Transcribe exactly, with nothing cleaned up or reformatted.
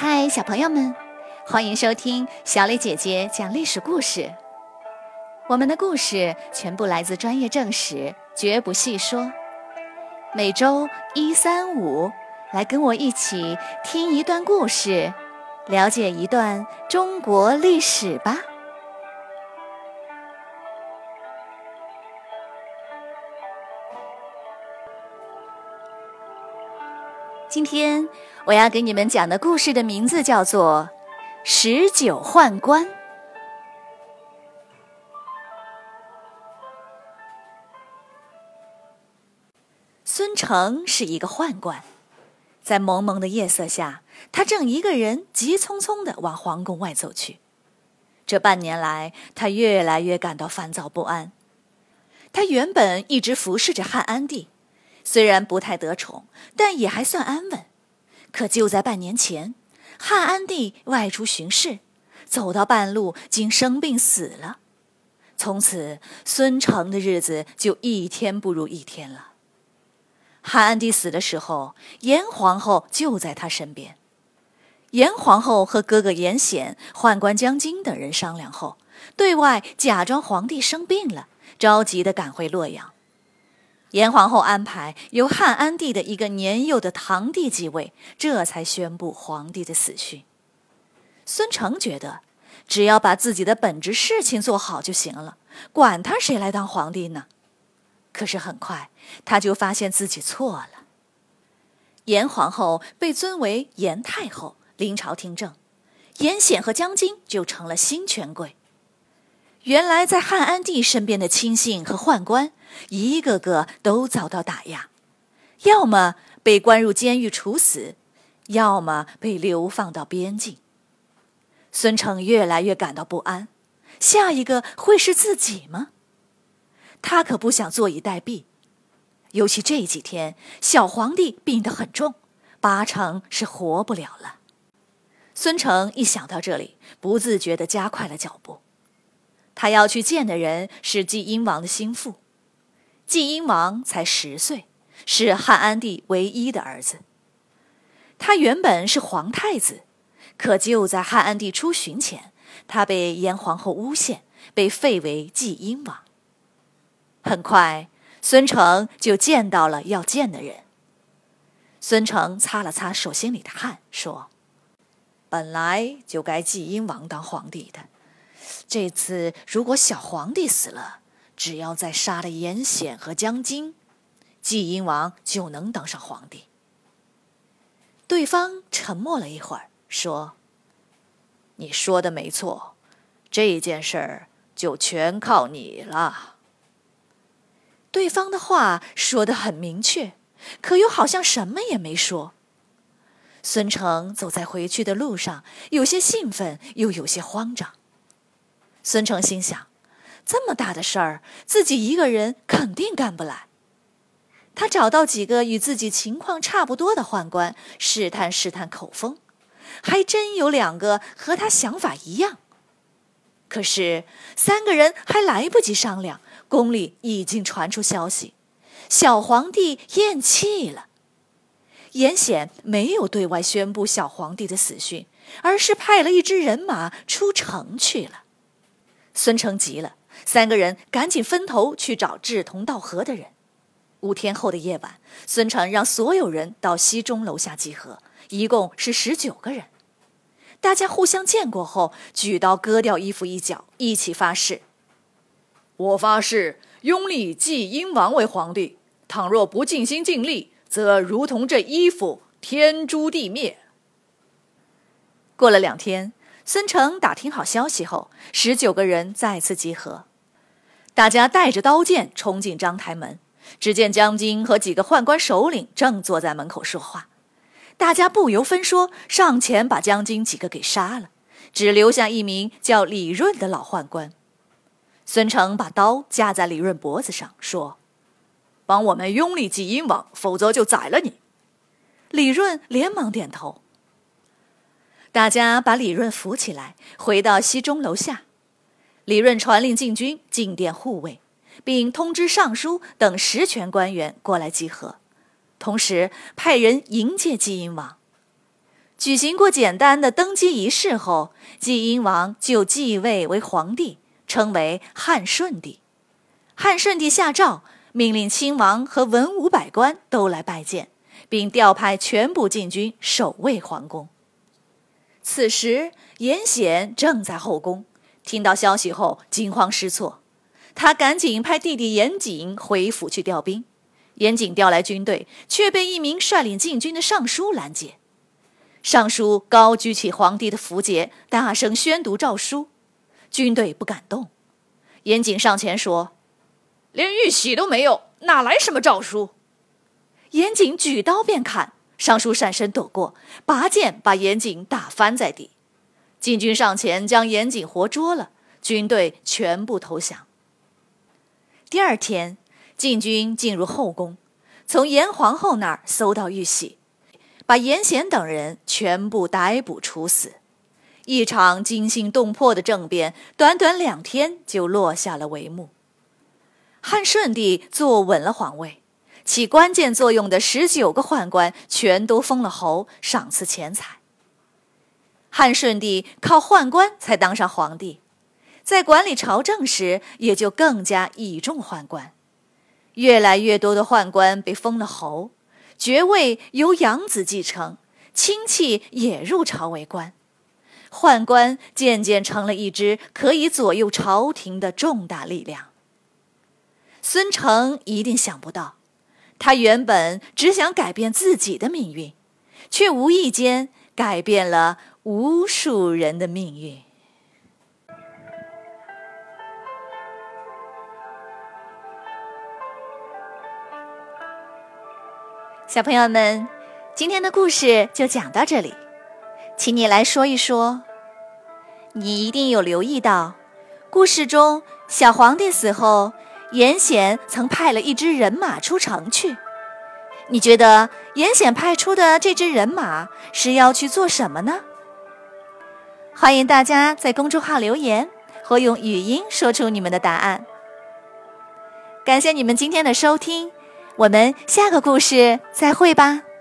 嗨，小朋友们，欢迎收听小磊姐姐讲历史故事。我们的故事全部来自专业正史，绝不细说。每周一、三、五，来跟我一起听一段故事，了解一段中国历史吧。今天我要给你们讲的故事的名字叫做《十九宦官》。孙成是一个宦官，在蒙蒙的夜色下，他正一个人急匆匆地往皇宫外走去。这半年来，他越来越感到烦躁不安。他原本一直服侍着汉安帝，虽然不太得宠，但也还算安稳。可就在半年前，汉安帝外出巡视，走到半路竟生病死了。从此，孙成的日子就一天不如一天了。汉安帝死的时候，严皇后就在他身边。严皇后和哥哥严显、宦官江津等人商量后，对外假装皇帝生病了，着急地赶回洛阳。严皇后安排由汉安帝的一个年幼的堂弟继位，这才宣布皇帝的死讯。孙成觉得，只要把自己的本职事情做好就行了，管他谁来当皇帝呢？可是很快，他就发现自己错了。严皇后被尊为严太后，临朝听政，严显和江津就成了新权贵。原来在汉安帝身边的亲信和宦官，一个个都遭到打压，要么被关入监狱处死，要么被流放到边境。孙成越来越感到不安，下一个会是自己吗？他可不想坐以待毙，尤其这几天小皇帝病得很重，八成是活不了了。孙成一想到这里，不自觉地加快了脚步。他要去见的人是季阴王的心腹。季阴王才十岁，是汉安帝唯一的儿子。他原本是皇太子，可就在汉安帝出巡前，他被严皇后诬陷，被废为季阴王。很快，孙成就见到了要见的人。孙成擦了擦手心里的汗，说：“本来就该季阴王当皇帝的。这次如果小皇帝死了，只要再杀了严显和江津，季阴王就能当上皇帝。”对方沉默了一会儿，说：“你说的没错，这件事儿就全靠你了。”对方的话说得很明确，可又好像什么也没说。孙成走在回去的路上，有些兴奋，又有些慌张。孙成心想，这么大的事儿，自己一个人肯定干不来。他找到几个与自己情况差不多的宦官，试探试探口风，还真有两个和他想法一样。可是三个人还来不及商量，宫里已经传出消息，小皇帝咽气了。严显没有对外宣布小皇帝的死讯，而是派了一支人马出城去了。孙成急了，三个人赶紧分头去找志同道合的人。五天后的夜晚，孙成让所有人到西钟楼下集合，一共是十九个人。大家互相见过后，举刀割掉衣服一角，一起发誓：“ 我发誓拥立季阴王为皇帝，倘若不尽心尽力，则如同这衣服，天诛地灭。” 过了两天，孙成打听好消息后，十九个人再次集合。大家带着刀剑冲进章台门，只见江津和几个宦官首领正坐在门口说话。大家不由分说，上前把江津几个给杀了，只留下一名叫李润的老宦官。孙成把刀架在李润脖子上，说：“ 帮我们拥立季阴王，否则就宰了你。” 李润连忙点头。大家把李润扶起来，回到西钟楼下。李润传令禁军进殿护卫，并通知尚书等实权官员过来集合，同时派人迎接季阴王。 举行过简单的登基仪式后，晋英王就继位为皇帝，称为汉顺帝。汉顺帝下诏，命令亲王和文武百官都来拜见，并调派全部禁军守卫皇宫。此时严显正在后宫，听到消息后惊慌失措，他赶紧派弟弟严谨回府去调兵。严谨调来军队，却被一名率领禁军的尚书拦截。尚书高举起皇帝的符节，大声宣读诏书，军队不敢动。严谨上前说：“ 连玉玺都没有，哪来什么诏书？” 严谨举刀便砍，尚书闪身躲过，拔剑把严谨打翻在地。禁军上前将严谨活捉了，军队全部投降。第二天，禁军进入后宫，从严皇后那儿搜到玉玺，把严显等人全部逮捕处死。一场惊心动魄的政变，短短两天就落下了帷幕。汉顺帝坐稳了皇位，起关键作用的十九个宦官全都封了侯，赏赐钱财。汉顺帝靠宦官才当上皇帝，在管理朝政时也就更加倚重宦官。越来越多的宦官被封了侯，爵位由养子继承，亲戚也入朝为官。宦官渐渐成了一支可以左右朝廷的重大力量。孙承一定想不到，他原本只想改变自己的命运，却无意间改变了无数人的命运。小朋友们，今天的故事就讲到这里，请你来说一说，你一定有留意到，故事中小皇帝死后，严显曾派了一支人马出城去。你觉得严显派出的这支人马是要去做什么呢？欢迎大家在公众号留言，或用语音说出你们的答案。感谢你们今天的收听，我们下个故事再会吧。